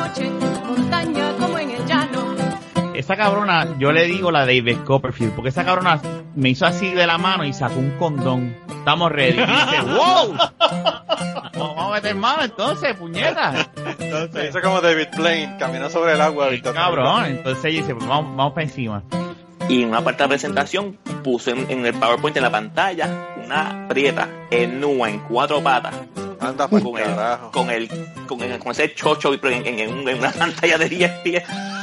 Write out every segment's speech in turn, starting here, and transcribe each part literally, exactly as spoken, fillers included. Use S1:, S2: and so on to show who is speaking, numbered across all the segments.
S1: noche, montaña como en el llano.
S2: Esa cabrona, yo le digo la David Copperfield, porque esa cabrona me hizo así de la mano y sacó un condón. Estamos ready. Y dice, wow. Vamos a meter mano entonces, puñeta. Entonces,
S3: me hizo como David Blaine, caminó sobre el agua.
S2: Sí, cabrón, entonces ella dice, pues vamos, vamos para encima.
S4: Y en una parte de la presentación puse en, en el PowerPoint en la pantalla una prieta en nua en cuatro patas.
S3: Anda por
S4: con,
S3: carajo.
S4: El, con el con el con ese chocho en, en, en, en una pantalla de diez pies.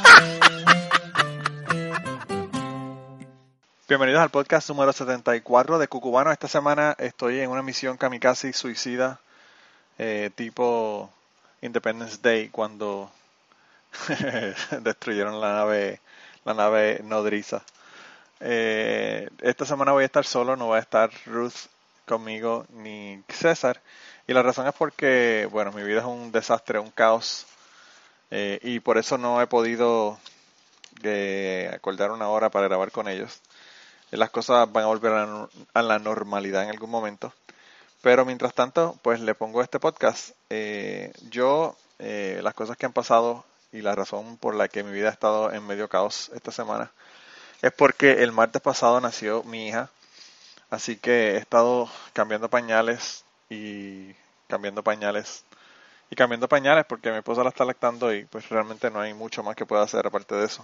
S3: Bienvenidos al podcast número setenta y cuatro de Cucubano. Esta semana estoy en una misión kamikaze suicida eh, tipo Independence Day, cuando destruyeron la nave la nave nodriza. Eh, esta semana voy a estar solo, no va a estar Ruth conmigo ni César, y la razón es porque, bueno, mi vida es un desastre, un caos, eh, y por eso no he podido eh, acordar una hora para grabar con ellos. Las cosas van a volver a la, a la normalidad en algún momento, pero mientras tanto, pues le pongo este podcast. Eh, yo, eh, las cosas que han pasado y la razón por la que mi vida ha estado en medio caos esta semana es porque el martes pasado nació mi hija, así que he estado cambiando pañales y cambiando pañales y cambiando pañales porque mi esposa la está lactando y pues realmente no hay mucho más que pueda hacer aparte de eso.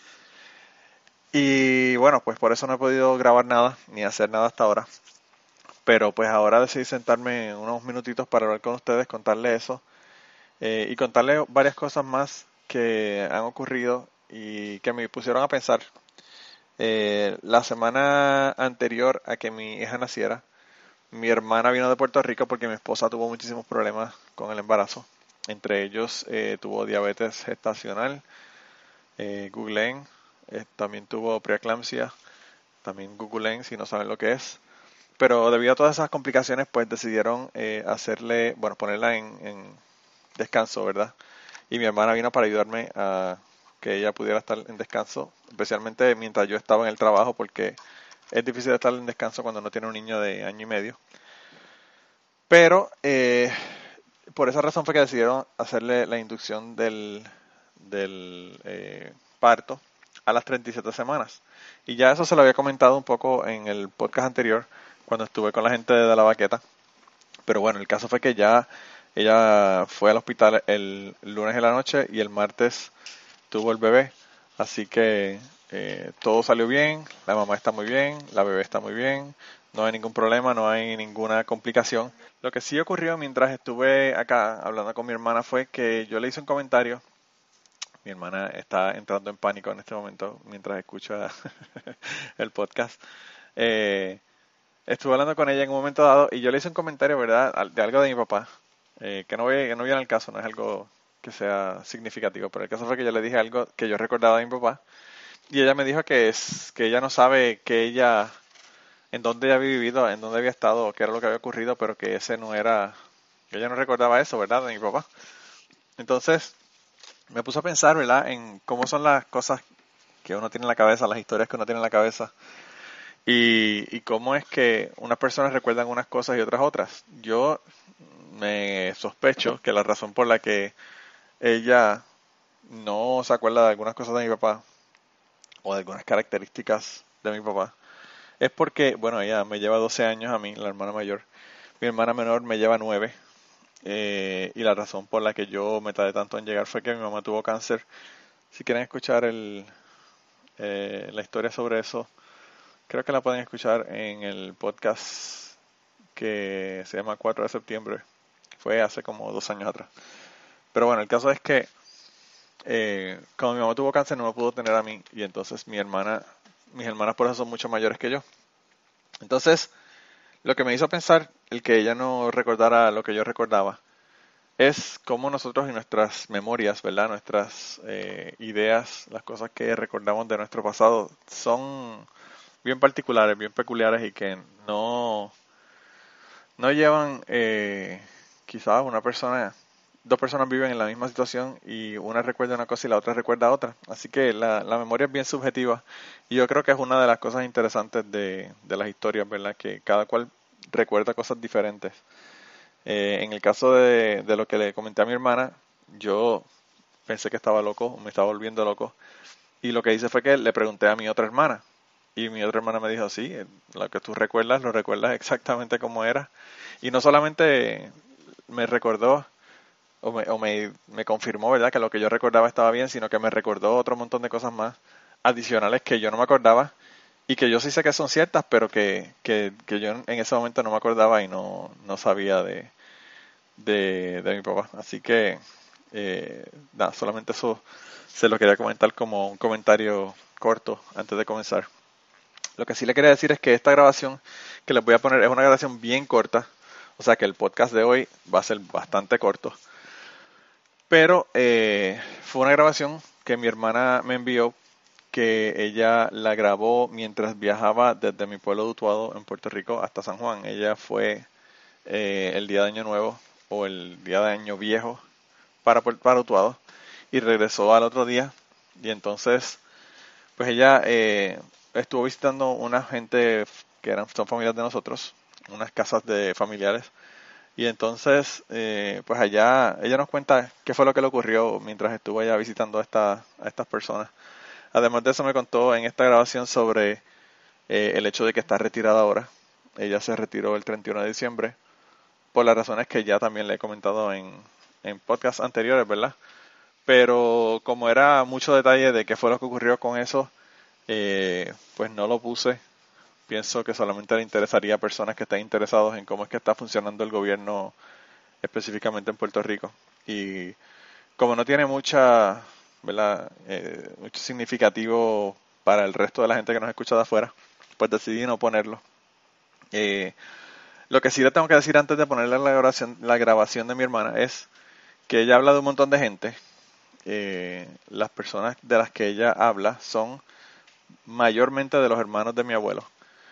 S3: Y bueno, pues por eso no he podido grabar nada ni hacer nada hasta ahora. Pero pues ahora decidí sentarme unos minutitos para hablar con ustedes, contarles eso eh, y contarles varias cosas más que han ocurrido y que me pusieron a pensar. Eh, la semana anterior a que mi hija naciera, mi hermana vino de Puerto Rico porque mi esposa tuvo muchísimos problemas con el embarazo. Entre ellos eh, tuvo diabetes gestacional, eh, googleen. Eh, también tuvo preeclampsia, también googleen si no saben lo que es. Pero debido a todas esas complicaciones, pues decidieron eh, hacerle, bueno, ponerla en, en descanso, ¿verdad? Y mi hermana vino para ayudarme a que ella pudiera estar en descanso, especialmente mientras yo estaba en el trabajo, porque es difícil estar en descanso cuando no tiene un niño de año y medio. Pero eh, por esa razón fue que decidieron hacerle la inducción del, del eh, parto a las treinta y siete semanas. Y ya eso se lo había comentado un poco en el podcast anterior, cuando estuve con la gente de la Baqueta. Pero bueno, el caso fue que ya ella fue al hospital el lunes en la noche y el martes tuvo el bebé. Así que eh, todo salió bien, la mamá está muy bien, la bebé está muy bien, no hay ningún problema, no hay ninguna complicación. Lo que sí ocurrió mientras estuve acá hablando con mi hermana fue que yo le hice un comentario. Mi hermana está entrando en pánico en este momento mientras escucha el podcast. Eh, estuve hablando con ella en un momento dado y yo le hice un comentario, ¿verdad?, de algo de mi papá, eh, que no voy, que no viene al caso, no es algo que sea significativo, pero el caso fue que yo le dije algo que yo recordaba de mi papá y ella me dijo que es que ella no sabe que ella, en dónde ella había vivido, en dónde había estado, qué era lo que había ocurrido, pero que ese no era, que ella no recordaba eso, ¿verdad?, de mi papá. Entonces me puse a pensar, ¿verdad?, en cómo son las cosas que uno tiene en la cabeza, las historias que uno tiene en la cabeza, y, y cómo es que unas personas recuerdan unas cosas y otras otras. Yo me sospecho que la razón por la que ella no se acuerda de algunas cosas de mi papá, o de algunas características de mi papá, es porque, bueno, ella me lleva doce años a mí, la hermana mayor. Mi hermana menor me lleva nueve. Eh, y la razón por la que yo me tardé tanto en llegar fue que mi mamá tuvo cáncer. Si quieren escuchar el, eh, la historia sobre eso, creo que la pueden escuchar en el podcast que se llama cuatro de septiembre. Fue hace como dos años atrás. Pero bueno, el caso es que eh, cuando mi mamá tuvo cáncer no me pudo tener a mí. Y entonces mi hermana, mis hermanas por eso son mucho mayores que yo. Entonces, lo que me hizo pensar el que ella no recordara lo que yo recordaba es cómo nosotros y nuestras memorias, ¿verdad?, nuestras eh, ideas, las cosas que recordamos de nuestro pasado son bien particulares, bien peculiares y que no, no llevan eh, quizás una persona, dos personas viven en la misma situación y una recuerda una cosa y la otra recuerda otra. Así que la, la memoria es bien subjetiva y yo creo que es una de las cosas interesantes de, de las historias, ¿verdad?, que cada cual recuerda cosas diferentes. Eh, en el caso de, de lo que le comenté a mi hermana, yo pensé que estaba loco, me estaba volviendo loco. Y lo que hice fue que le pregunté a mi otra hermana. Y mi otra hermana me dijo, sí, lo que tú recuerdas, lo recuerdas exactamente como era. Y no solamente me recordó o, me, o me, me confirmó, ¿verdad?, que lo que yo recordaba estaba bien, sino que me recordó otro montón de cosas más adicionales que yo no me acordaba y que yo sí sé que son ciertas, pero que, que, que yo en ese momento no me acordaba y no, no sabía de, de, de mi papá. Así que, eh, nada, solamente eso se lo quería comentar como un comentario corto antes de comenzar. Lo que sí le quería decir es que esta grabación que les voy a poner es una grabación bien corta, o sea que el podcast de hoy va a ser bastante corto, pero eh, fue una grabación que mi hermana me envió, que ella la grabó mientras viajaba desde mi pueblo de Utuado en Puerto Rico hasta San Juan. Ella fue eh, el día de Año Nuevo o el día de Año Viejo para, para Utuado y regresó al otro día, y entonces pues ella eh, estuvo visitando una gente que eran son familias de nosotros, unas casas de familiares, y entonces eh, pues allá ella nos cuenta qué fue lo que le ocurrió mientras estuvo allá visitando a, esta, a estas personas. Además de eso me contó en esta grabación sobre eh, el hecho de que está retirada ahora. Ella se retiró el treinta y uno de diciembre por las razones que ya también le he comentado en, en podcasts anteriores, ¿verdad? Pero como era mucho detalle de qué fue lo que ocurrió con eso, eh, pues no lo puse. Pienso que solamente le interesaría a personas que estén interesados en cómo es que está funcionando el gobierno específicamente en Puerto Rico. Y como no tiene mucha, ¿verdad? Eh, mucho significativo para el resto de la gente que nos escucha de afuera, pues decidí no ponerlo. Eh, lo que sí le tengo que decir antes de ponerle la grabación, la grabación de mi hermana es que ella habla de un montón de gente. Eh, las personas de las que ella habla son mayormente de los hermanos de mi abuelo.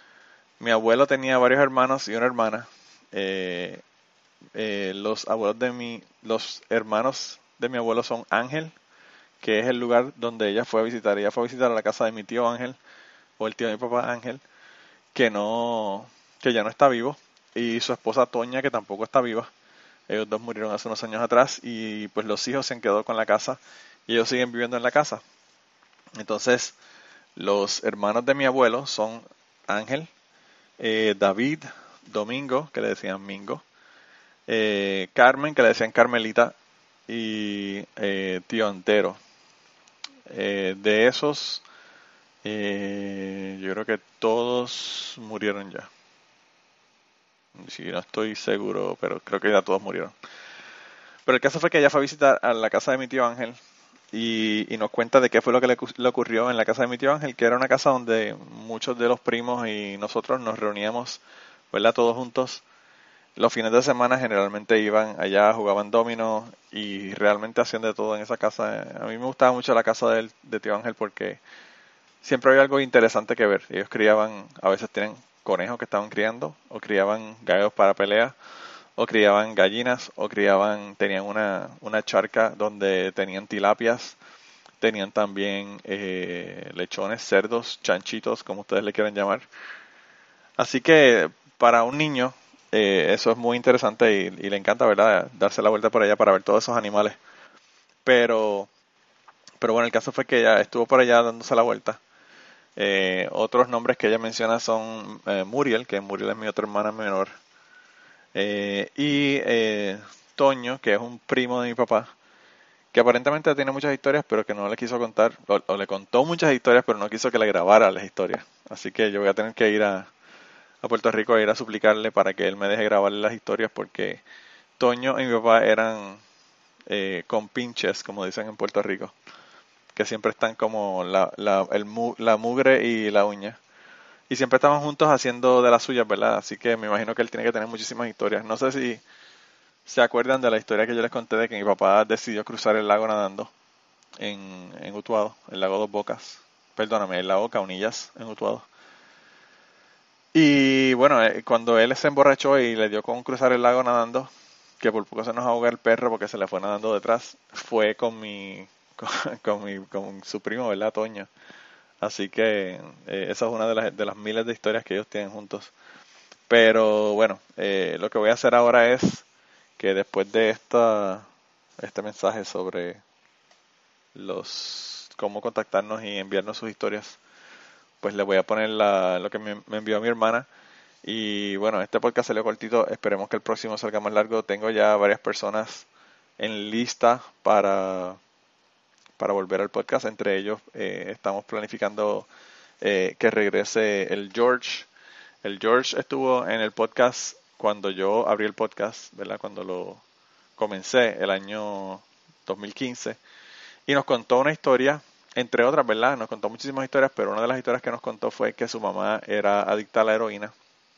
S3: Mi abuelo tenía varios hermanos y una hermana. Eh, eh, los abuelos de mi, los hermanos de mi abuelo son Ángel, que es el lugar donde ella fue a visitar. Ella fue a visitar a la casa de mi tío Ángel, o el tío de mi papá Ángel, que no, que ya no está vivo, y su esposa Toña, que tampoco está viva. Ellos dos murieron hace unos años atrás, y pues los hijos se han quedado con la casa y ellos siguen viviendo en la casa. Entonces, los hermanos de mi abuelo son Ángel, eh, David, Domingo, que le decían Mingo, eh, Carmen, que le decían Carmelita, y eh, Tío Antero. Eh, de esos, eh, yo creo que todos murieron ya. Si no estoy seguro, pero creo que ya todos murieron. Pero el caso fue que ella fue a visitar a la casa de mi tío Ángel y, y nos cuenta de qué fue lo que le, le ocurrió en la casa de mi tío Ángel, que era una casa donde muchos de los primos y nosotros nos reuníamos, ¿verdad?, todos juntos. Los fines de semana generalmente iban allá, jugaban dominó y realmente hacían de todo en esa casa. A mí me gustaba mucho la casa de, de tío Ángel porque siempre había algo interesante que ver. Ellos criaban, a veces tienen conejos que estaban criando, o criaban gallos para pelea, o criaban gallinas, o criaban, tenían una, una charca donde tenían tilapias, tenían también eh, lechones, cerdos, chanchitos, como ustedes le quieran llamar. Así que para un niño eh, eso es muy interesante y, y le encanta, ¿verdad?, darse la vuelta por allá para ver todos esos animales. Pero, pero bueno, el caso fue que ella estuvo por allá dándose la vuelta. Eh, otros nombres que ella menciona son eh, Muriel, que Muriel es mi otra hermana menor, eh, y eh, Toño, que es un primo de mi papá, que aparentemente tiene muchas historias, pero que no le quiso contar, o, o le contó muchas historias, pero no quiso que le grabara las historias. Así que yo voy a tener que ir a, a Puerto Rico a ir a suplicarle para que él me deje grabarle las historias, porque Toño y mi papá eran eh, compinches, como dicen en Puerto Rico, que siempre están como la, la, el mu, la mugre y la uña. Y siempre estaban juntos haciendo de las suyas, ¿verdad? Así que me imagino que él tiene que tener muchísimas historias. No sé si se acuerdan de la historia que yo les conté de que mi papá decidió cruzar el lago nadando en, en Utuado, el lago Dos Bocas. Perdóname, el lago Caunillas en Utuado. Y bueno, eh, cuando él se emborrachó y le dio con cruzar el lago nadando, que por poco se nos ahoga el perro porque se le fue nadando detrás, fue con mi... Con, con, mi, con su primo, ¿verdad, Toño? Así que eh, esa es una de las, de las miles de historias que ellos tienen juntos. Pero bueno, eh, lo que voy a hacer ahora es que después de esta este mensaje sobre los cómo contactarnos y enviarnos sus historias, pues le voy a poner la, lo que me, me envió mi hermana. Y bueno, este podcast salió cortito, esperemos que el próximo salga más largo. Tengo ya varias personas en lista para, para volver al podcast. Entre ellos eh, estamos planificando eh, que regrese el George. El George estuvo en el podcast cuando yo abrí el podcast, ¿verdad? Cuando lo comencé el año dos mil quince. Y nos contó una historia, entre otras, ¿verdad? Nos contó muchísimas historias, pero una de las historias que nos contó fue que su mamá era adicta a la heroína.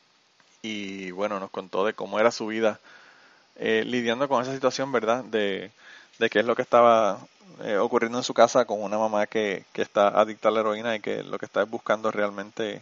S3: Y bueno, nos contó de cómo era su vida eh, lidiando con esa situación, ¿verdad? De, de qué es lo que estaba eh, ocurriendo en su casa con una mamá que, que está adicta a la heroína y que lo que está es buscando realmente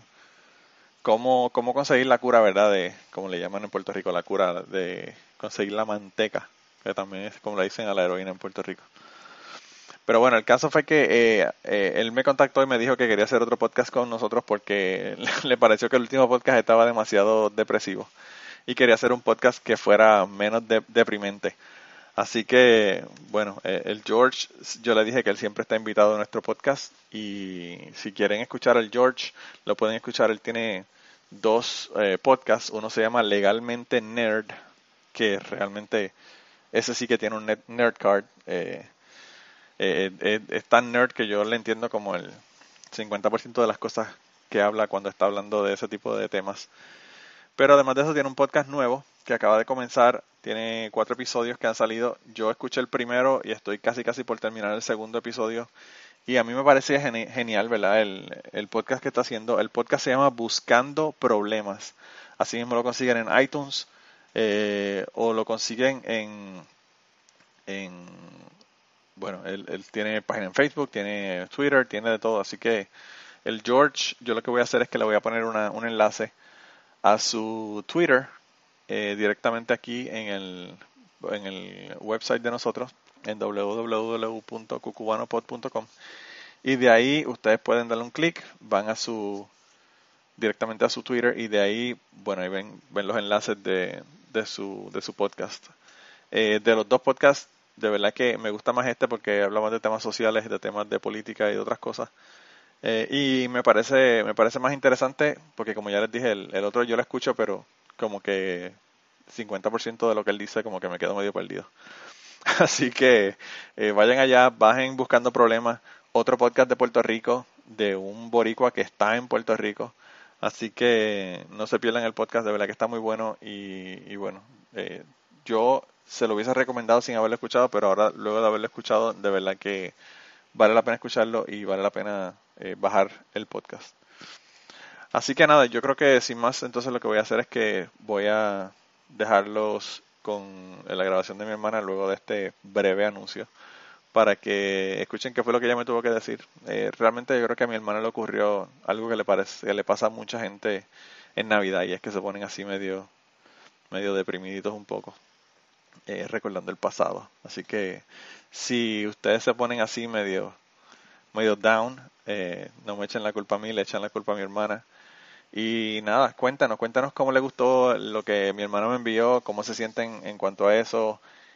S3: cómo, cómo conseguir la cura, ¿verdad? De, como le llaman en Puerto Rico, la cura de conseguir la manteca, que también es como le dicen a la heroína en Puerto Rico. Pero bueno, el caso fue que eh, eh, él me contactó y me dijo que quería hacer otro podcast con nosotros porque le pareció que el último podcast estaba demasiado depresivo y quería hacer un podcast que fuera menos de- deprimente. Así que, bueno, eh, el George, yo le dije que él siempre está invitado a nuestro podcast y si quieren escuchar al George, lo pueden escuchar. Él tiene dos eh, podcasts, uno se llama Legalmente Nerd, que realmente ese sí que tiene un net- nerd card. Eh, eh, eh, es tan nerd que yo le entiendo como el cincuenta por ciento de las cosas que habla cuando está hablando de ese tipo de temas. Pero además de eso tiene un podcast nuevo que acaba de comenzar, tiene cuatro episodios que han salido. Yo escuché el primero y estoy casi casi por terminar el segundo episodio. Y a mí me parece geni- genial, ¿verdad? El, el podcast que está haciendo. El podcast se llama Buscando Problemas. Así mismo lo consiguen en iTunes eh, o lo consiguen en... en bueno, él, él tiene página en Facebook, tiene Twitter, tiene de todo. Así que el George, yo lo que voy a hacer es que le voy a poner una, un enlace a su Twitter eh, directamente aquí en el, en el website de nosotros, en w w w punto cucubanopod punto com. Y de ahí ustedes pueden darle un clic, van a su directamente a su Twitter y de ahí, bueno, ahí ven, ven los enlaces de, de, su, de su podcast. Eh, de los dos podcasts, de verdad que me gusta más este porque hablamos de temas sociales, de temas de política y de otras cosas. Eh, y me parece me parece más interesante porque, como ya les dije, el, el otro yo lo escucho, pero como que cincuenta por ciento de lo que él dice como que me quedo medio perdido. Así que eh, vayan allá, bajen Buscando Problemas, otro podcast de Puerto Rico, de un boricua que está en Puerto Rico. Así que no se pierdan el podcast, de verdad que está muy bueno. Y, y bueno, eh, yo se lo hubiese recomendado sin haberlo escuchado, pero ahora, luego de haberlo escuchado, de verdad que vale la pena escucharlo y vale la pena eh, bajar el podcast. Así que nada, yo creo que sin más, entonces lo que voy a hacer es que voy a dejarlos con la grabación de mi hermana luego de este breve anuncio para que escuchen qué fue lo que ella me tuvo que decir. Eh, realmente yo creo que a mi hermana le ocurrió algo que le parece que le pasa a mucha gente en Navidad, y es que se ponen así medio medio deprimiditos un poco, eh, recordando el pasado. Así que si ustedes se ponen así medio medio down, eh, no me echen la culpa a mí, le echan la culpa a mi hermana. Y nada, cuéntanos, cuéntanos cómo les gustó lo que mi hermano me envió, cómo se sienten en cuanto a eso,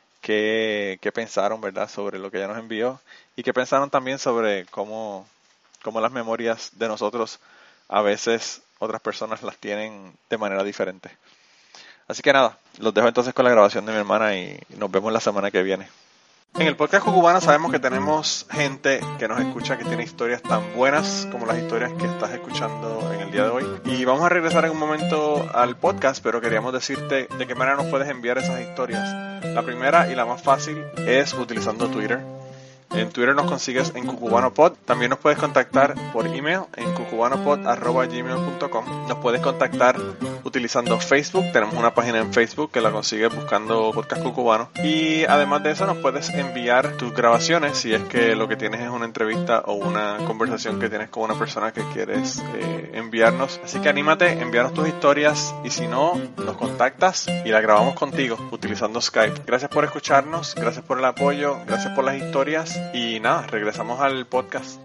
S3: qué, qué pensaron, ¿verdad?, sobre lo que ella nos envió, y qué pensaron también sobre cómo, cómo las memorias de nosotros a veces otras personas las tienen de manera diferente. Así que nada, los dejo entonces con la grabación de mi hermana y nos vemos la semana que viene. En el podcast Cucubano sabemos que tenemos gente que nos escucha que tiene historias tan buenas como las historias que estás escuchando en el día de hoy. Y vamos a regresar en un momento al podcast, pero queríamos decirte de qué manera nos puedes enviar esas historias. La primera y la más fácil es utilizando Twitter. En Twitter nos consigues en cucubanopod. También nos puedes contactar por email en cucubanopod arroba gmail punto com. Nos puedes contactar utilizando Facebook. Tenemos una página en Facebook que la consigues buscando Podcast Cucubano. Y además de eso nos puedes enviar tus grabaciones si es que lo que tienes es una entrevista o una conversación que tienes con una persona que quieres eh, enviarnos. Así que anímate, envíanos tus historias y si no, nos contactas y la grabamos contigo utilizando Skype. Gracias por escucharnos, gracias por el apoyo, gracias por las historias. Y nada, regresamos al podcast.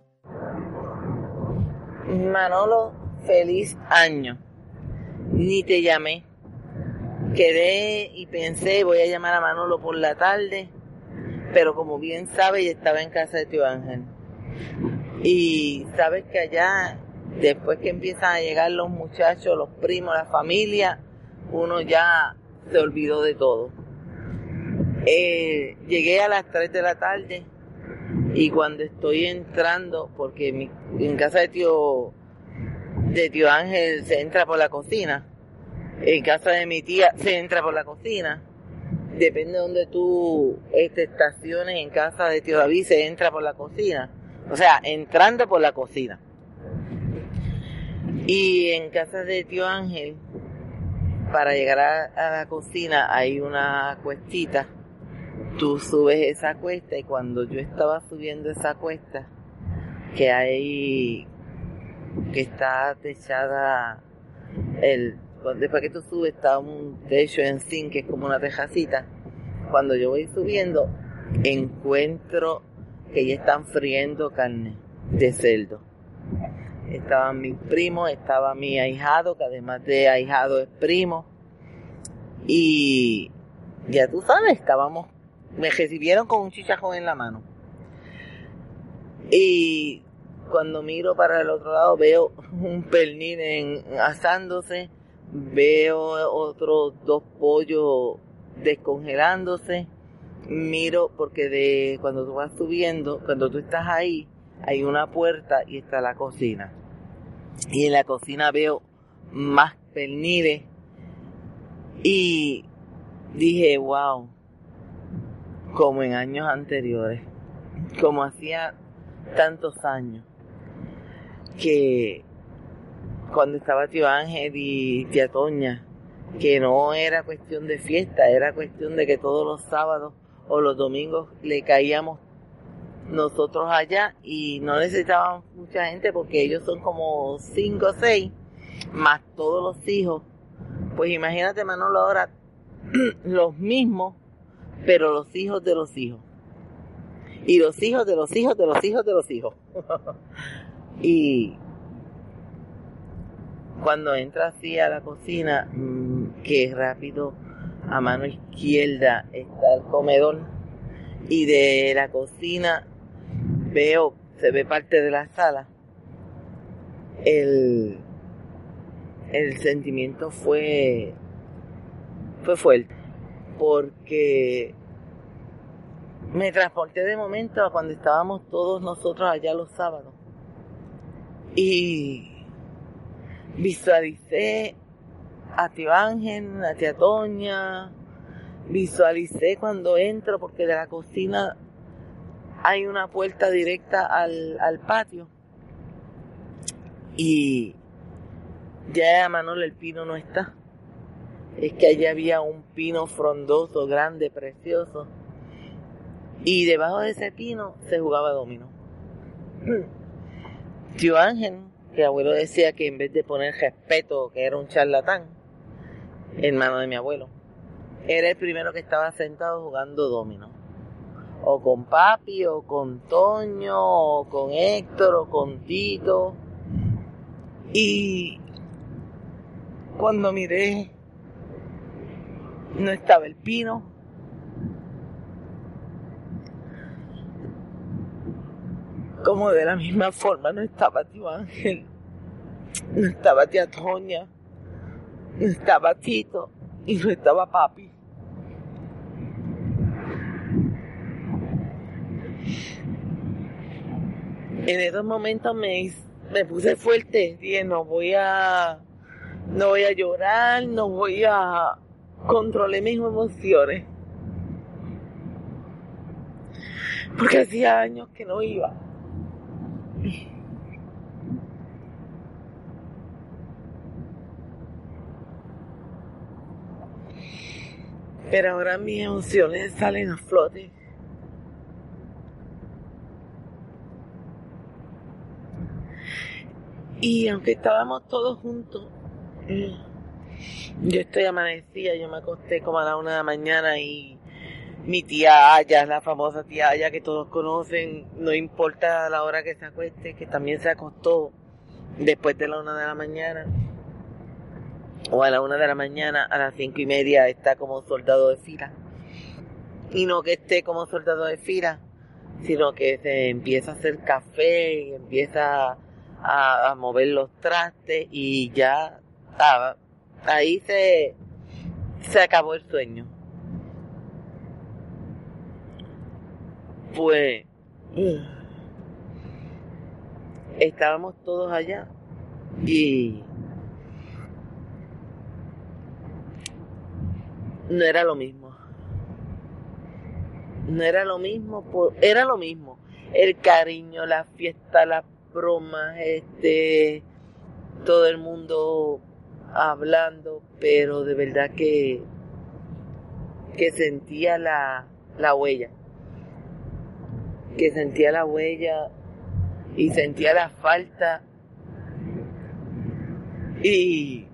S5: Manolo, feliz año. Ni te llamé. Quedé y pensé, voy a llamar a Manolo por la tarde, pero como bien sabe, ella estaba en casa de tío Ángel. Y sabes que allá, después que empiezan a llegar los muchachos, los primos, la familia, uno ya se olvidó de todo. Eh, llegué a las tres de la tarde y cuando estoy entrando, porque mi, en casa de tío de tío Ángel se entra por la cocina, en casa de mi tía se entra por la cocina, depende de donde tú te estaciones, en casa de tío David se entra por la cocina, o sea, entrando por la cocina. Y en casa de tío Ángel, para llegar a, a la cocina hay una cuestita. Tú subes esa cuesta y cuando yo estaba subiendo esa cuesta, que hay, que está techada, el, después que tú subes está un techo en zinc, que es como una tejacita. Cuando yo voy subiendo, encuentro que ya están friendo carne de cerdo. Estaban mis primos, estaba mi ahijado, que además de ahijado es primo. Y ya tú sabes, estábamos, me recibieron con un chichajón en la mano. Y cuando miro para el otro lado veo un pernil en, asándose, veo otros dos pollos descongelándose. Miro porque de cuando tú vas subiendo, cuando tú estás ahí, hay una puerta y está la cocina. Y en la cocina veo más perniles y dije, wow, como en años anteriores, como hacía tantos años, que cuando estaba tío Ángel y tía Toña, que no era cuestión de fiesta, era cuestión de que todos los sábados o los domingos le caíamos nosotros allá y no necesitaban mucha gente porque ellos son como cinco o seis, más todos los hijos. Pues imagínate, Manolo, ahora los mismos, pero los hijos de los hijos. Y los hijos de los hijos de los hijos de los hijos. Y cuando entra así a la cocina, que rápido a mano izquierda está el comedor y de la cocina veo, se ve parte de la sala. El, el sentimiento fue, fue fuerte, porque me transporté de momento a cuando estábamos todos nosotros allá los sábados. Y visualicé a tío Ángel, a tía Toña, visualicé cuando entro, porque de la cocina hay una puerta directa al, al patio. Y ya, Manolo, el pino no está. Es que allí había un pino frondoso, grande, precioso. Y debajo de ese pino se jugaba dominó. Tío Ángel, que abuelo decía que en vez de poner respeto, que era un charlatán, hermano de mi abuelo, era el primero que estaba sentado jugando dominó. O con papi, o con Toño, o con Héctor, o con Tito. Y cuando miré, no estaba el pino. Como de la misma forma no estaba tío Ángel, no estaba tía Toña, no estaba Tito y no estaba papi. En esos momentos me, me puse fuerte, dije no voy a, no voy a llorar, no voy a controlar mis emociones, porque hacía años que no iba. Pero ahora mis emociones salen a flote. Y aunque estábamos todos juntos, yo estoy amanecida, yo me acosté como a la una de la mañana y mi tía Aya, la famosa tía Aya que todos conocen, no importa la hora que se acueste, que también se acostó después de la una de la mañana, o a la una de la mañana, a las cinco y media está como soldado de fila. y no que esté como soldado de fila, sino que se empieza a hacer café y empieza a, a mover los trastes y ya estaba. Ahí se, se acabó el sueño. Pues estábamos todos allá y no era lo mismo. No era lo mismo, por, era lo mismo. El cariño, la fiesta, las bromas, este, todo el mundo hablando, pero de verdad que, que sentía la, la huella. Que sentía la huella y sentía la falta. Y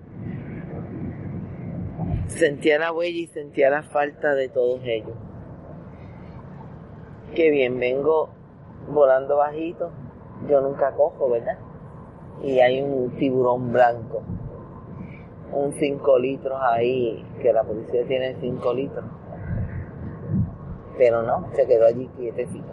S5: sentía la huella y sentía la falta de todos ellos. Qué bien, vengo volando bajito. Yo nunca cojo, ¿verdad? Y hay un tiburón blanco, un cinco litros ahí, que la policía tiene cinco litros. Pero no, se quedó allí quietecito.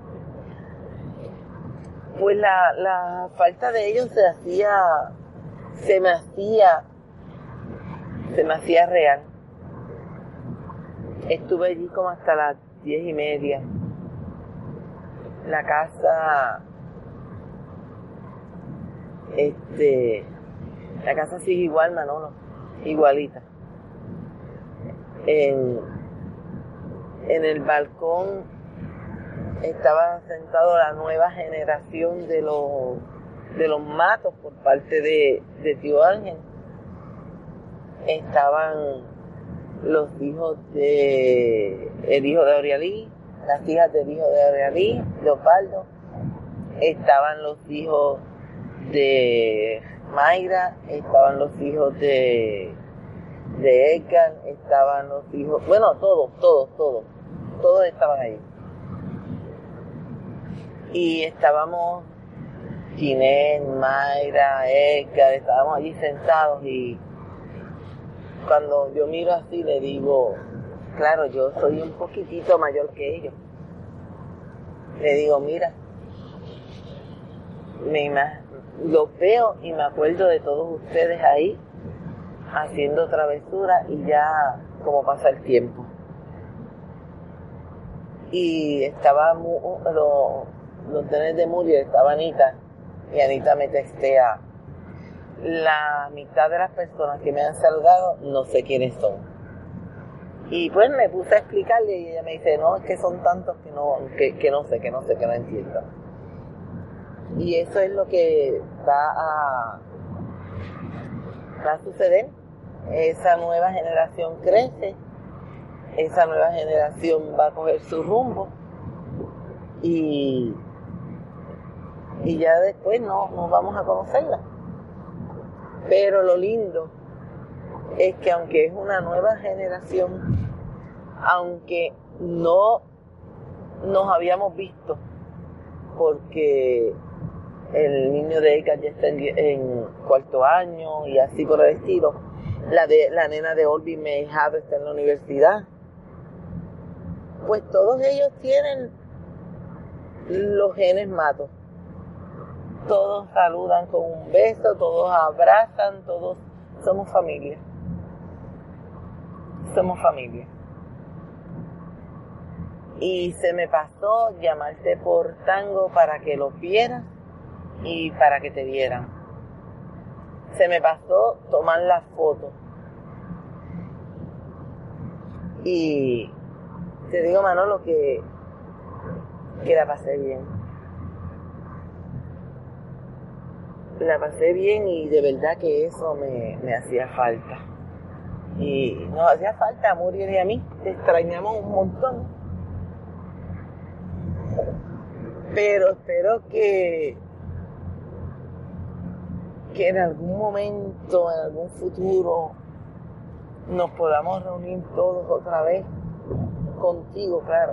S5: Pues la, la falta de ellos se hacía, se me hacía, se me hacía real. Estuve allí como hasta las diez y media. La casa, este, la casa sigue igual, Manolo, igualita. En, en el balcón estaba sentado la nueva generación de los, de los Matos por parte de, de tío Ángel. Estaban los hijos de, el hijo de Aurialí, las hijas del hijo de Aurialí, Leopoldo. Estaban los hijos de Mayra, estaban los hijos de, de Edgar, estaban los hijos, bueno, todos, todos, todos, todos estaban ahí. Y estábamos Ginette, Mayra, Edgar, estábamos allí sentados y cuando yo miro así le digo, claro, yo soy un poquitito mayor que ellos. Le digo, mira, me los veo y me acuerdo de todos ustedes ahí haciendo travesuras y ya como pasa el tiempo. Y estaba los, los nenes de Muriel, estaba Anita, y Anita me textea, la mitad de las personas que me han saludado no sé quiénes son. Y pues me puse a explicarle y ella me dice, no, es que son tantos que no, que, que no sé, que no sé, que no entiendo. Y eso es lo que va a, va a suceder. Esa nueva generación crece, esa nueva generación va a coger su rumbo y, y ya después no, no vamos a conocerla. Pero lo lindo es que aunque es una nueva generación, aunque no nos habíamos visto, porque el niño de Edgar ya está en, en cuarto año y así por el estilo, la de la nena de Olby Mejado está en la universidad, pues todos ellos tienen los genes Matos. Todos saludan con un beso, todos abrazan, todos somos familia. Somos familia. Y se me pasó llamarte por Tango para que los vieras y para que te vieran. Se me pasó tomar las fotos. Y te digo, Manolo, que, que la pasé bien. La pasé bien y de verdad que eso me, me hacía falta. Y nos hacía falta a Muriel y a mí. Te extrañamos un montón. Pero espero que, que en algún momento, en algún futuro, nos podamos reunir todos otra vez. Contigo, claro.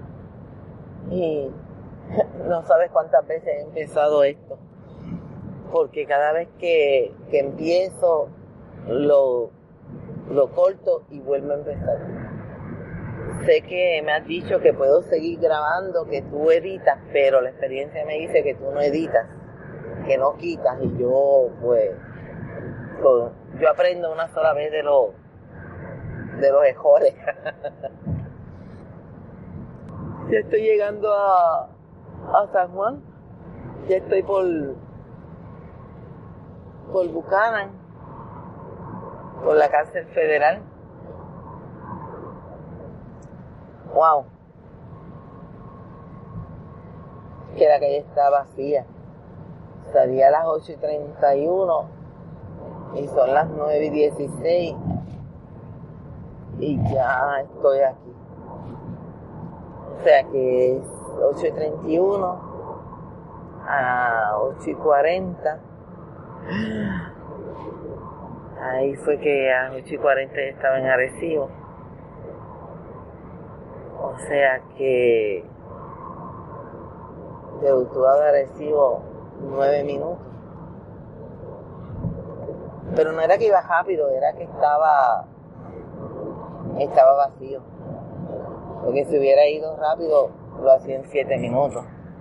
S5: Y no sabes cuántas veces he empezado esto. porque cada vez que, que empiezo lo, lo corto y vuelvo a empezar. Sé que me has dicho que puedo seguir grabando, que tú editas, pero la experiencia me dice que tú no editas, que no quitas, y yo pues, pues yo aprendo una sola vez de los de los errores. Ya estoy llegando a, a San Juan, ya estoy por por Buchanan, por la cárcel federal. Wow, que la calle está vacía. Salí a las ocho y treinta y uno y son las nueve y dieciséis y ya estoy aquí. O sea que es ocho y treinta y uno a ocho y cuarenta. Ahí fue que a las ocho y cuarenta estaba en Arecibo. O sea que de Utuado a Arecibo nueve minutos. Pero no era que iba rápido, era que estaba estaba vacío. Porque si hubiera ido rápido lo hacía en siete minutos.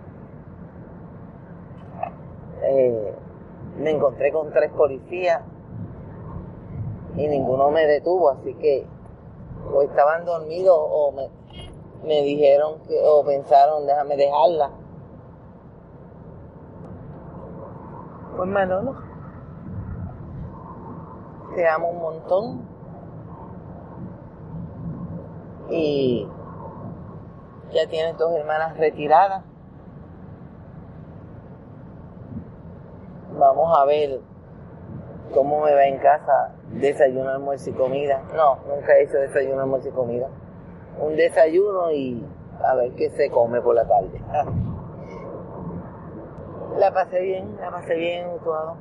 S5: Eh, me encontré con tres policías y ninguno me detuvo, así que o estaban dormidos o me, me dijeron que, o pensaron déjame dejarla. Pues Manolo, te amo un montón y ya tienes dos hermanas retiradas. Vamos a ver cómo me va en casa, desayuno, almuerzo y comida. No, nunca he hecho desayuno, almuerzo y comida. Un desayuno y a ver qué se come por la tarde. La pasé bien, la pasé bien en Utuado.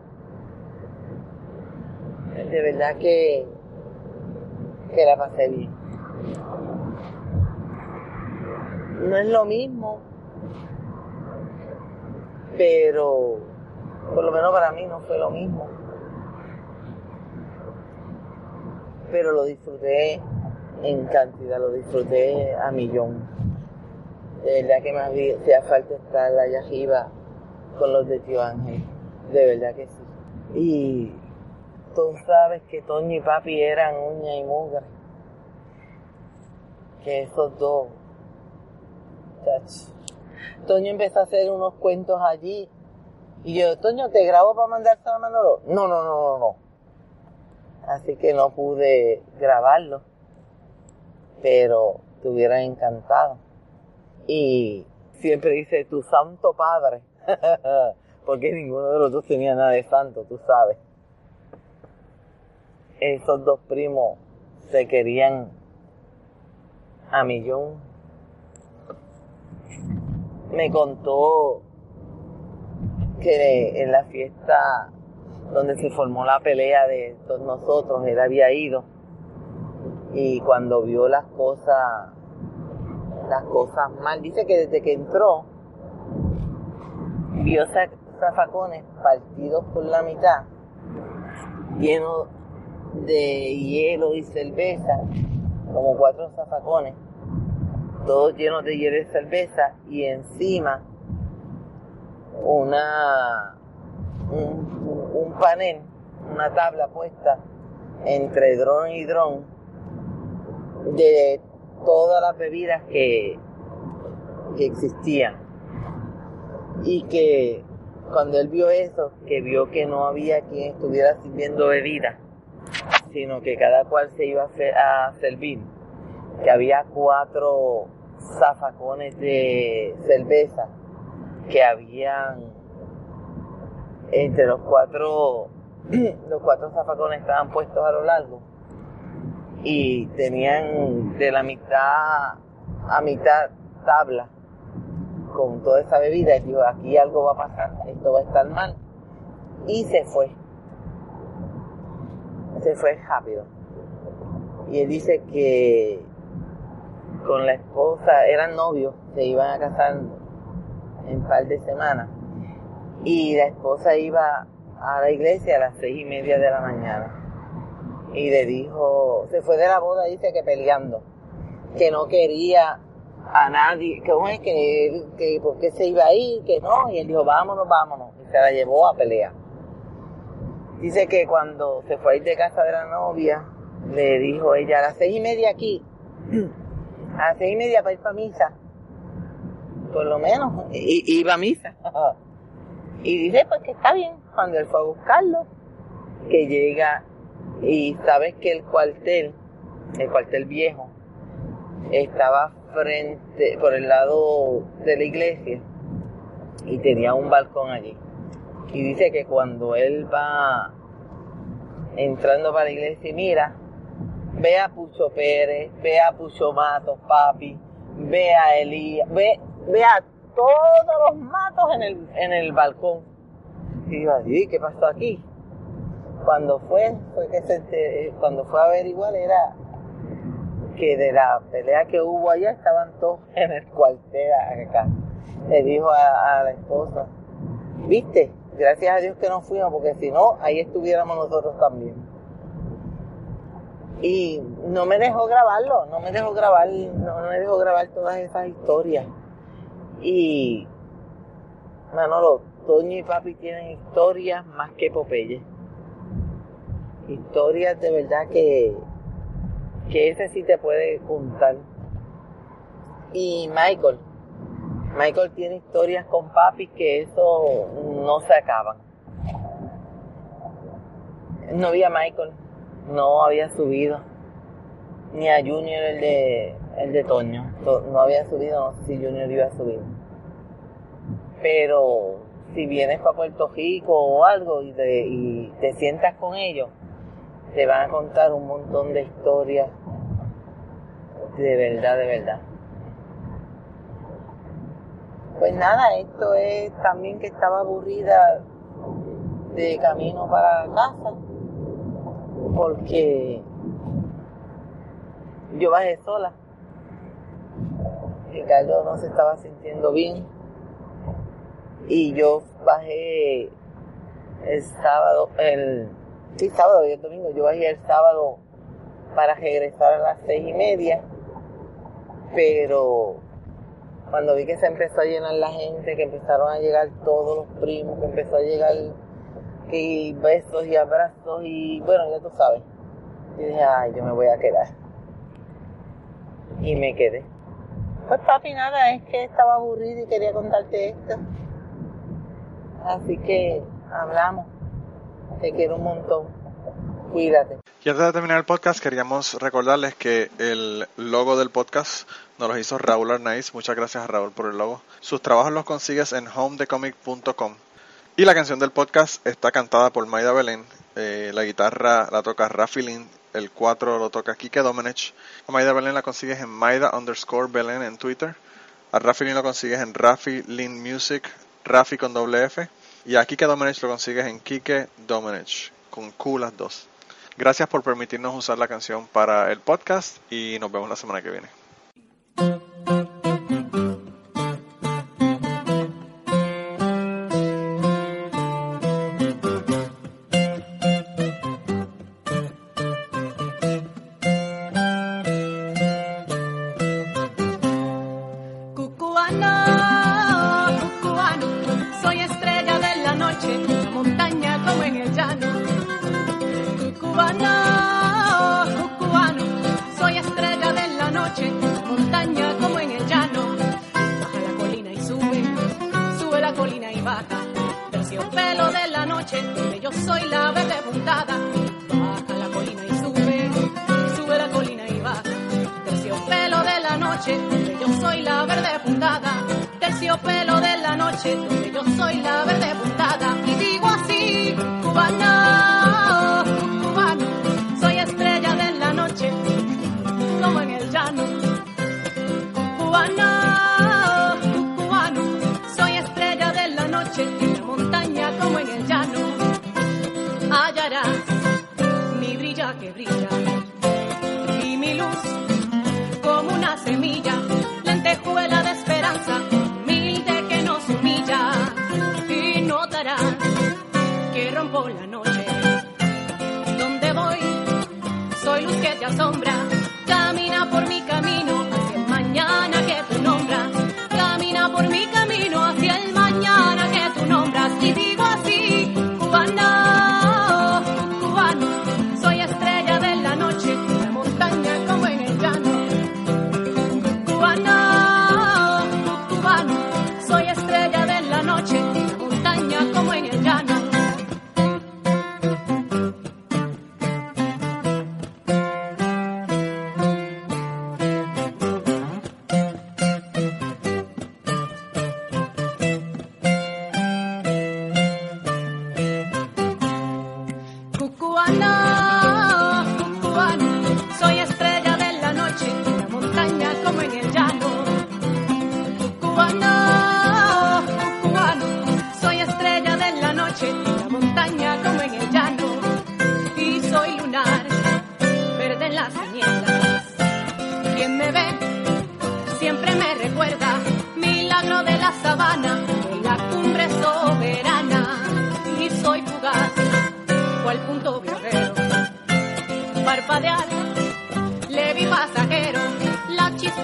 S5: De verdad que, que la pasé bien. No es lo mismo, pero por lo menos para mí no fue lo mismo. Pero lo disfruté en cantidad, lo disfruté a millón. De verdad que me hacía falta estar allá arriba con los de Tío Ángel, de verdad que sí. Y tú sabes que Toño y Papi eran uña y mugre, que esos dos, chach. Toño empezó a hacer unos cuentos allí, y yo, Toño, ¿te grabo para mandárselo a Manolo? No, no, no, no, no. Así que no pude grabarlo, pero te hubiera encantado. Y siempre dice, tu santo padre, porque ninguno de los dos tenía nada de santo, tú sabes. Esos dos primos se querían a millón. Me contó que en la fiesta donde se formó la pelea de todos nosotros, él había ido, y cuando vio las cosas, las cosas mal, dice que desde que entró, vio zafacones partidos por la mitad, llenos de hielo y cerveza, como cuatro zafacones, todos llenos de hielo y cerveza, y encima una un, un panel, una tabla puesta entre dron y dron de todas las bebidas que, que existían. Y que cuando él vio eso, que vio que no había quien estuviera sirviendo bebida, sino que cada cual se iba a, fe- a servir, que había cuatro zafacones de cerveza, que habían entre los cuatro los cuatro zafacones estaban puestos a lo largo y tenían de la mitad a mitad tabla con toda esa bebida, y dijo, aquí algo va a pasar, esto va a estar mal, y se fue se fue rápido. Y él dice que con la esposa, eran novios, se iban a casar en un par de semanas, y la esposa iba a la iglesia a las seis y media de la mañana. Y le dijo, se fue de la boda, dice que peleando, que no quería a nadie, que, que, que por qué se iba a ir, que no, y él dijo, vámonos, vámonos, y se la llevó a pelear. Dice que cuando se fue a ir de casa de la novia, le dijo ella, a las seis y media aquí, a las seis y media para ir para misa, por lo menos, y, iba a misa. Y dice, pues que está bien, cuando él fue a buscarlo, que llega, y sabes que el cuartel, el cuartel viejo, estaba frente, por el lado de la iglesia, y tenía un balcón allí. Y dice que cuando él va entrando para la iglesia y mira, ve a Pucho Pérez, ve a Pucho Matos, papi, ve a Elías, ve, ve a todos los matos en el, en el balcón. Y digo, ¿qué pasó aquí? Cuando fue, fue que se, cuando fue a averiguar era que de la pelea que hubo allá estaban todos en el cuartel acá. Le dijo a, a la esposa, ¿viste? Gracias a Dios que no fuimos, porque si no, ahí estuviéramos nosotros también. Y no me dejó grabarlo, no me dejó grabar, no me dejó grabar todas esas historias. Y Manolo, Toño y papi tienen historias más que Popeye. Historias de verdad que, que ese sí te puede contar. Y Michael, Michael tiene historias con papi que eso no se acaban. No había Michael, no había subido, ni a Junior el de el de Toño, no había subido, no sé si Junior iba a subir. Pero si vienes para Puerto Rico o algo y te, y te sientas con ellos, te van a contar un montón de historias de verdad, de verdad. Pues nada, esto es también que estaba aburrida de camino para casa, porque yo bajé sola. Ricardo no se estaba sintiendo bien y yo bajé el sábado, el sí, sábado y el domingo, yo bajé el sábado para regresar a las seis y media, pero cuando vi que se empezó a llenar la gente, que empezaron a llegar todos los primos, que empezó a llegar y besos y abrazos y bueno, ya tú sabes, y dije, ay, yo me voy a quedar. Y me quedé. Pues papi, nada, es que estaba aburrido y quería contarte esto. Así que hablamos. Te quiero un montón. Cuídate.
S3: Y antes de terminar el podcast, queríamos recordarles que el logo del podcast nos lo hizo Raúl Arnaiz. Muchas gracias a Raúl por el logo. Sus trabajos los consigues en home the comic punto com. Y la canción del podcast está cantada por Maida Belén. Eh, la guitarra la toca Rafi Lin. El cuatro lo toca Kike Domenech. A Maida Belén la consigues en Maida underscore Belén en Twitter. A Rafi Lin lo consigues en Rafi Lin Music, Rafi con doble F. Y a Kike Domenech lo consigues en Kike Domenech, con Q las dos. Gracias por permitirnos usar la canción para el podcast y nos vemos la semana que viene.
S1: Terciopelo de la noche, donde yo soy la verde puntada. Y digo así, cubano, cubano, soy estrella de la noche, como en el llano. Cubano, cubano, soy estrella de la noche, en la montaña como en el llano. Hallarás mi brilla que brilla y mi luz como una semilla, lentejuela de esperanza, humilde que nos humilla, y notarás que rompo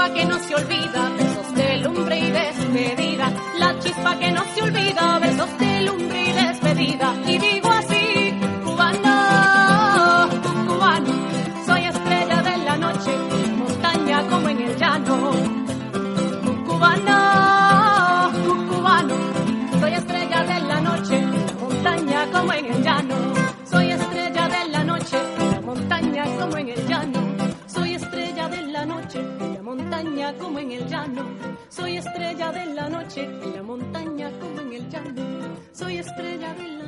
S1: chispa que no se olvida, besos de lumbre y despedida. La chispa que no se olvida, besos de lumbre y despedida. Y digo así, cubano, cubano, soy estrella de la noche, montaña como en el llano. Cubano, cubano, soy estrella de la noche, montaña como en el llano. Soy estrella de la noche, la montaña como en el llano. Soy estrella de la noche, la montaña como en el llano. Soy estrella de la noche, la montaña como en el llano. Soy estrella de la